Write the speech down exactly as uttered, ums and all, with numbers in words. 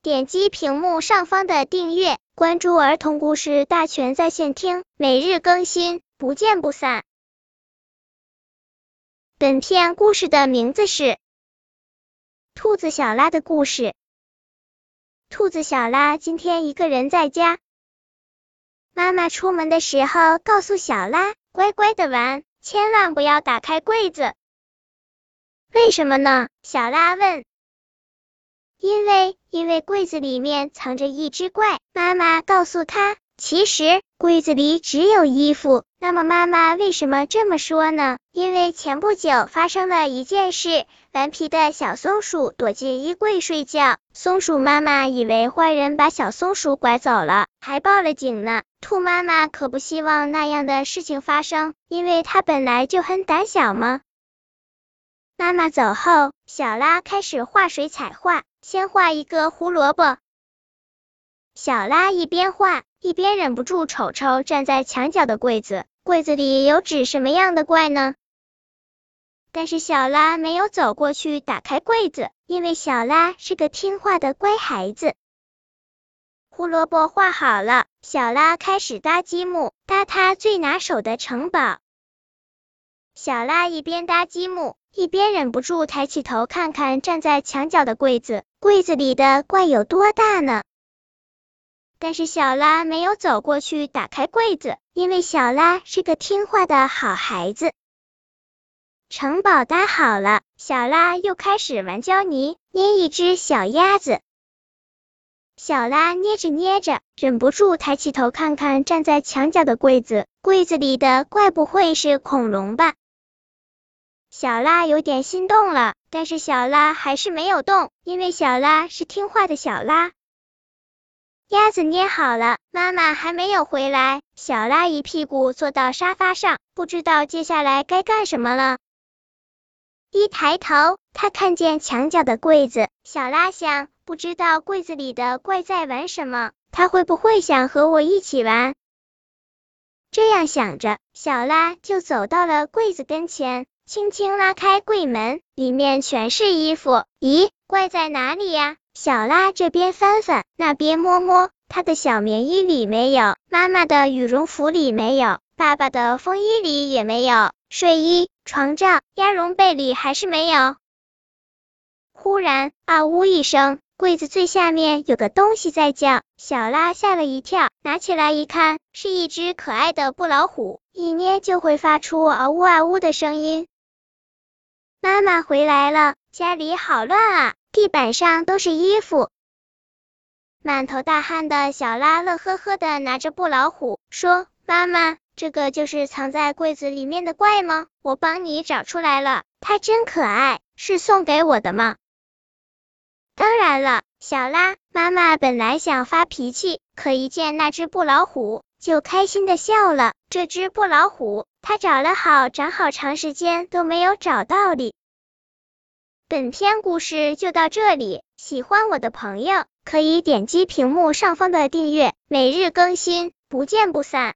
点击屏幕上方的订阅，关注儿童故事大全在线听，每日更新，不见不散。本片故事的名字是兔子小拉的故事。兔子小拉今天一个人在家，妈妈出门的时候告诉小拉，乖乖的玩，千万不要打开柜子。为什么呢？小拉问。因为因为柜子里面藏着一只怪，妈妈告诉他，其实柜子里只有衣服。那么妈妈为什么这么说呢？因为前不久发生了一件事，顽皮的小松鼠躲进衣柜睡觉，松鼠妈妈以为坏人把小松鼠拐走了，还报了警呢。兔妈妈可不希望那样的事情发生，因为她本来就很胆小嘛。妈妈走后，小拉开始画水彩画，先画一个胡萝卜。小拉一边画，一边忍不住瞅瞅站在墙角的柜子，柜子里有指什么样的怪呢？但是小拉没有走过去打开柜子，因为小拉是个听话的乖孩子。胡萝卜画好了，小拉开始搭积木，搭他最拿手的城堡。小拉一边搭积木，一边忍不住抬起头看看站在墙角的柜子，柜子里的怪有多大呢？但是小拉没有走过去打开柜子，因为小拉是个听话的好孩子。城堡搭好了，小拉又开始玩胶泥，捏一只小鸭子。小拉捏着捏着，忍不住抬起头看看站在墙角的柜子，柜子里的怪不会是恐龙吧？小拉有点心动了，但是小拉还是没有动，因为小拉是听话的小拉。鸭子捏好了，妈妈还没有回来，小拉一屁股坐到沙发上，不知道接下来该干什么了。一抬头，他看见墙角的柜子，小拉想，不知道柜子里的怪在玩什么，他会不会想和我一起玩？这样想着，小拉就走到了柜子跟前，轻轻拉开柜门，里面全是衣服。咦，怪在哪里呀？小拉这边翻翻，那边摸摸，他的小棉衣里没有，妈妈的羽绒服里没有，爸爸的风衣里也没有，睡衣、床罩、鸭绒被里还是没有。忽然，啊呜一声，柜子最下面有个东西在叫，小拉吓了一跳，拿起来一看，是一只可爱的布老虎，一捏就会发出啊呜啊呜的声音。妈妈回来了，家里好乱啊，地板上都是衣服。满头大汗的小拉乐呵呵的拿着布老虎，说，妈妈，这个就是藏在柜子里面的怪吗？我帮你找出来了，它真可爱，是送给我的吗？当然了，小拉，妈妈本来想发脾气，可一见那只布老虎，就开心的笑了。这只布老虎，它找了好长好长时间都没有找到哩。本篇故事就到这里，喜欢我的朋友可以点击屏幕上方的订阅，每日更新，不见不散。